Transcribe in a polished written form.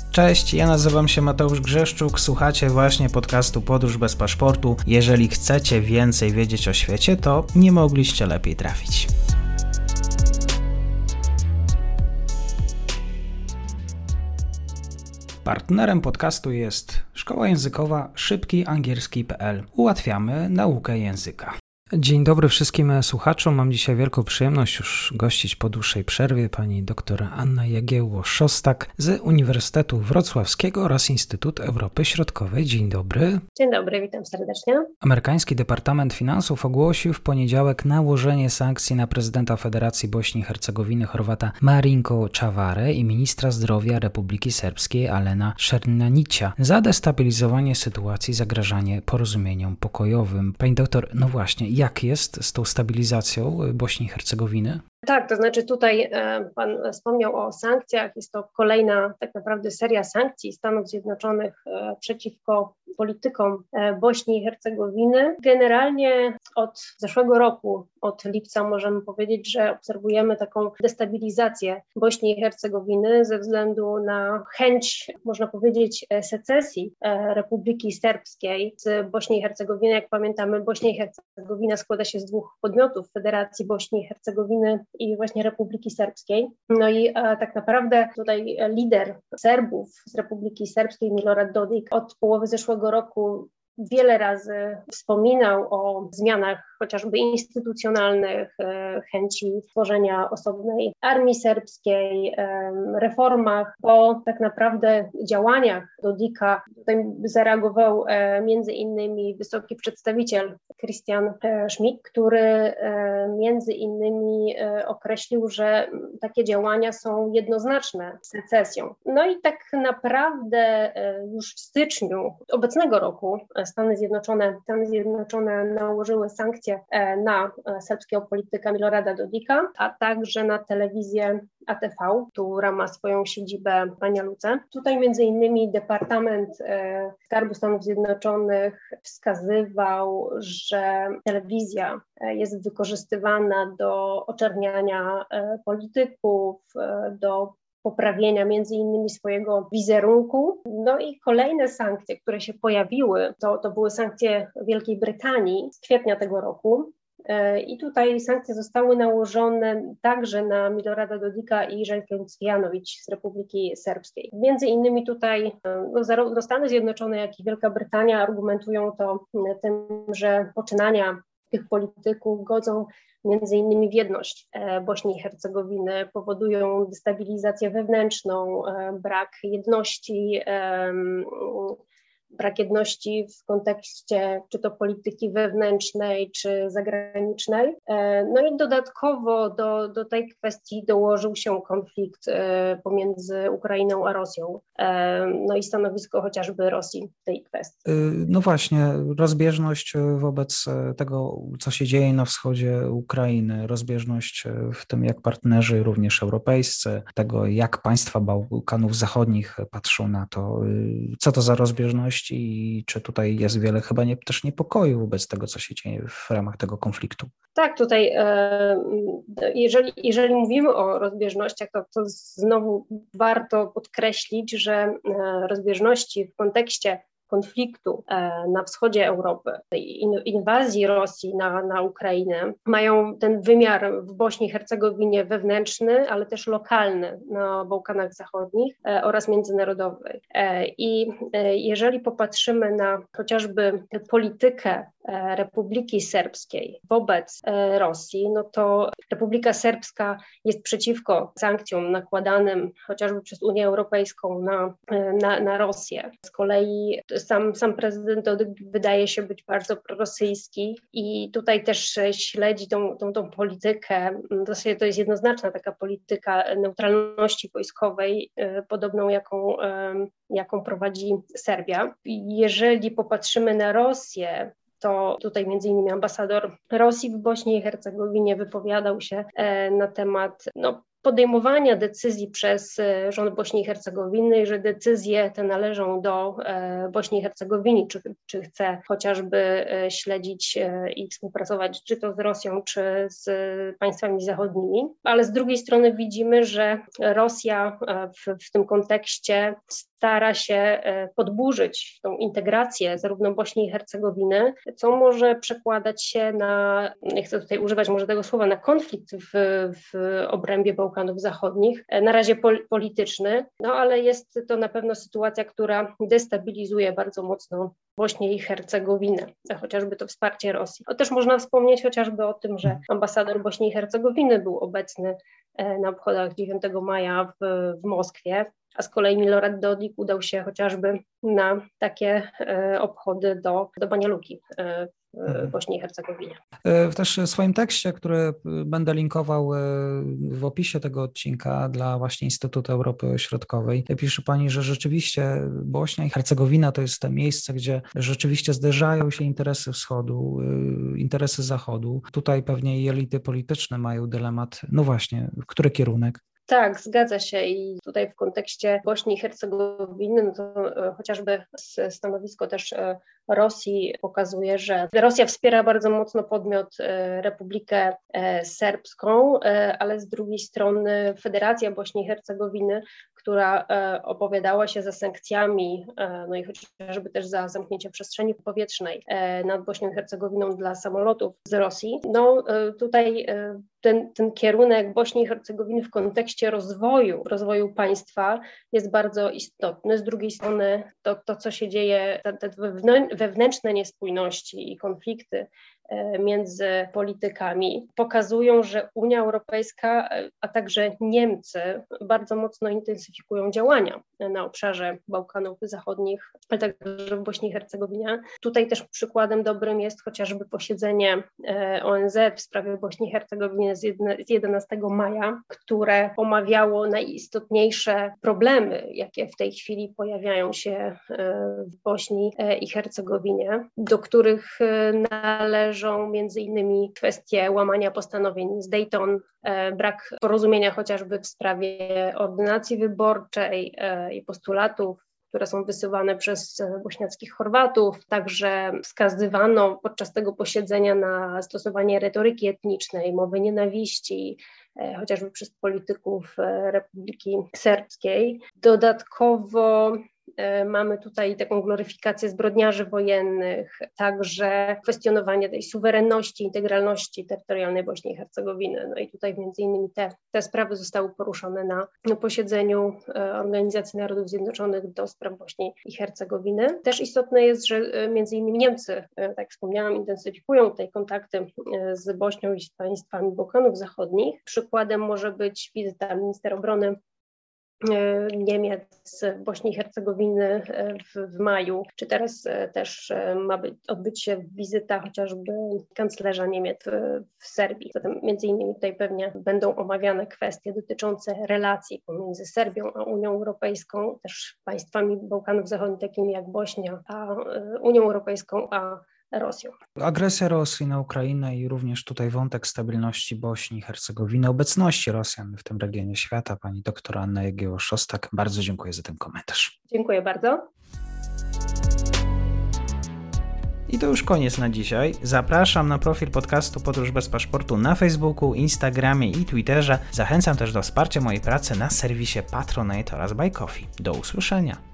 Cześć, ja nazywam się Mateusz Grzeszczuk, słuchacie właśnie podcastu Podróż bez paszportu. Jeżeli chcecie więcej wiedzieć o świecie, to nie mogliście lepiej trafić. Partnerem podcastu jest szkoła językowa szybkiangielski.pl. Ułatwiamy naukę języka. Dzień dobry wszystkim słuchaczom. Mam dzisiaj wielką przyjemność już gościć po dłuższej przerwie pani dr Anna Jagiełło-Szostak z Uniwersytetu Wrocławskiego oraz Instytut Europy Środkowej. Dzień dobry. Dzień dobry, witam serdecznie. Amerykański Departament Finansów ogłosił w poniedziałek nałożenie sankcji na prezydenta Federacji Bośni i Hercegowiny Chorwata Marinko Čavarę i ministra zdrowia Republiki Serbskiej Alena Šernanića za destabilizowanie sytuacji, zagrażanie porozumieniom pokojowym. Pani doktor, no właśnie, jak jest z tą stabilizacją Bośni i Hercegowiny? Tak, to znaczy tutaj Pan wspomniał o sankcjach. Jest to kolejna tak naprawdę seria sankcji Stanów Zjednoczonych przeciwko politykom Bośni i Hercegowiny. Generalnie od zeszłego roku, od lipca możemy powiedzieć, że obserwujemy taką destabilizację Bośni i Hercegowiny ze względu na chęć, można powiedzieć, secesji Republiki Serbskiej z Bośni i Hercegowiny. Jak pamiętamy, Bośnia i Hercegowina składa się z dwóch podmiotów: Federacji Bośni i Hercegowiny i właśnie Republiki Serbskiej. No i tak naprawdę tutaj lider Serbów z Republiki Serbskiej, Milorad Dodik, od połowy zeszłego roku wiele razy wspominał o zmianach chociażby instytucjonalnych, chęci stworzenia osobnej armii serbskiej, reformach. Po tak naprawdę działaniach Dodika tutaj zareagował między innymi wysoki przedstawiciel Christian Schmidt, który między innymi określił, że takie działania są jednoznaczne z secesją. No i tak naprawdę już w styczniu obecnego roku Stany Zjednoczone nałożyły sankcje na serbskiego polityka Milorada Dodika, a także na telewizję ATV, która ma swoją siedzibę w Banja Luce. Tutaj między innymi Departament Skarbu Stanów Zjednoczonych wskazywał, że telewizja jest wykorzystywana do oczerniania polityków, do poprawienia między innymi swojego wizerunku. No i kolejne sankcje, które się pojawiły, to były sankcje Wielkiej Brytanii z kwietnia tego roku. I tutaj sankcje zostały nałożone także na Milorada Dodika i Željka Cvijanović z Republiki Serbskiej. Między innymi tutaj zarówno Stany Zjednoczone, jak i Wielka Brytania argumentują to tym, że poczynania tych polityków godzą między innymi w jedność Bośni i Hercegowiny, powodują destabilizację wewnętrzną, brak jedności w kontekście czy to polityki wewnętrznej, czy zagranicznej. No i dodatkowo do tej kwestii dołożył się konflikt pomiędzy Ukrainą a Rosją, no i stanowisko chociażby Rosji w tej kwestii. No właśnie, rozbieżność wobec tego, co się dzieje na wschodzie Ukrainy, rozbieżność w tym, jak partnerzy również europejscy, tego, jak państwa Bałkanów Zachodnich patrzą na to, co to za rozbieżność i czy tutaj jest wiele chyba też niepokoju wobec tego, co się dzieje w ramach tego konfliktu. Tak, tutaj jeżeli mówimy o rozbieżnościach, to znowu warto podkreślić, że rozbieżności w kontekście konfliktu na wschodzie Europy, tej inwazji Rosji na Ukrainę, mają ten wymiar w Bośni i Hercegowinie wewnętrzny, ale też lokalny na Bałkanach Zachodnich oraz międzynarodowy. I jeżeli popatrzymy na chociażby politykę Republiki Serbskiej wobec Rosji, no to Republika Serbska jest przeciwko sankcjom nakładanym chociażby przez Unię Europejską na Rosję. Z kolei sam prezydent Dodik wydaje się być bardzo prorosyjski i tutaj też śledzi tą politykę. To jest jednoznaczna taka polityka neutralności wojskowej, podobną jaką prowadzi Serbia. Jeżeli popatrzymy na Rosję, to tutaj między innymi ambasador Rosji w Bośni i Hercegowinie wypowiadał się na temat podejmowania decyzji przez rząd Bośni i Hercegowiny, że decyzje te należą do Bośni i Hercegowiny, czy chce chociażby śledzić i współpracować czy to z Rosją, czy z państwami zachodnimi. Ale z drugiej strony widzimy, że Rosja w tym kontekście stara się podburzyć tą integrację zarówno Bośni i Hercegowiny, co może przekładać się na, nie chcę tutaj używać może tego słowa, na konflikt w obrębie Bałkanów Zachodnich, na razie polityczny, ale jest to na pewno sytuacja, która destabilizuje bardzo mocno Bośnię i Hercegowinę, chociażby to wsparcie Rosji. Też można wspomnieć chociażby o tym, że ambasador Bośni i Hercegowiny był obecny na obchodach 9 maja w Moskwie, a z kolei Milorad Dodik udał się chociażby na takie obchody do Banja Luki w Bośni i Hercegowinie. Też w swoim tekście, który będę linkował w opisie tego odcinka dla właśnie Instytutu Europy Środkowej, pisze Pani, że rzeczywiście Bośnia i Hercegowina to jest to miejsce, gdzie rzeczywiście zderzają się interesy wschodu, interesy zachodu. Tutaj pewnie i elity polityczne mają dylemat, no właśnie, w który kierunek? Tak, zgadza się i tutaj w kontekście Bośni i Hercegowiny, no to chociażby stanowisko też Rosji pokazuje, że Rosja wspiera bardzo mocno podmiot Republikę Serbską, ale z drugiej strony Federacja Bośni i Hercegowiny, która opowiadała się za sankcjami, no i chociażby też za zamknięcie przestrzeni powietrznej nad Bośnią i Hercegowiną dla samolotów z Rosji. No tutaj ten kierunek Bośni i Hercegowiny w kontekście rozwoju państwa jest bardzo istotny. Z drugiej strony to co się dzieje, te wewnętrzne niespójności i konflikty między politykami pokazują, że Unia Europejska, a także Niemcy bardzo mocno intensyfikują działania na obszarze Bałkanów Zachodnich, ale także w Bośni i Hercegowinie. Tutaj też przykładem dobrym jest chociażby posiedzenie ONZ w sprawie Bośni i Hercegowiny z 11 maja, które omawiało najistotniejsze problemy, jakie w tej chwili pojawiają się w Bośni i Hercegowinie, do których należą między innymi kwestie łamania postanowień z Dayton, brak porozumienia chociażby w sprawie ordynacji wyborczej i postulatów, które są wysuwane przez bośniackich Chorwatów. Także wskazywano podczas tego posiedzenia na stosowanie retoryki etnicznej, mowy nienawiści, chociażby przez polityków Republiki Serbskiej. Dodatkowo mamy tutaj taką gloryfikację zbrodniarzy wojennych, także kwestionowanie tej suwerenności, integralności terytorialnej Bośni i Hercegowiny. No i tutaj między innymi te sprawy zostały poruszone na posiedzeniu Organizacji Narodów Zjednoczonych do spraw Bośni i Hercegowiny. Też istotne jest, że między innymi Niemcy, tak jak wspomniałam, intensyfikują tutaj kontakty z Bośnią i z państwami Bałkanów Zachodnich. Przykładem może być wizyta minister obrony Niemiec w Bośni i Hercegowiny w maju, czy teraz też ma odbyć się wizyta chociażby kanclerza Niemiec w Serbii. Zatem między innymi tutaj pewnie będą omawiane kwestie dotyczące relacji pomiędzy Serbią a Unią Europejską, też państwami Bałkanów Zachodnich, takimi jak Bośnia, a Unią Europejską, a Rosją. Agresja Rosji na Ukrainę i również tutaj wątek stabilności Bośni i Hercegowiny, obecności Rosjan w tym regionie świata. Pani doktor Anna Jagiełło-Szostak, bardzo dziękuję za ten komentarz. Dziękuję bardzo. I to już koniec na dzisiaj. Zapraszam na profil podcastu Podróż bez paszportu na Facebooku, Instagramie i Twitterze. Zachęcam też do wsparcia mojej pracy na serwisie Patronite oraz Buy Coffee. Do usłyszenia.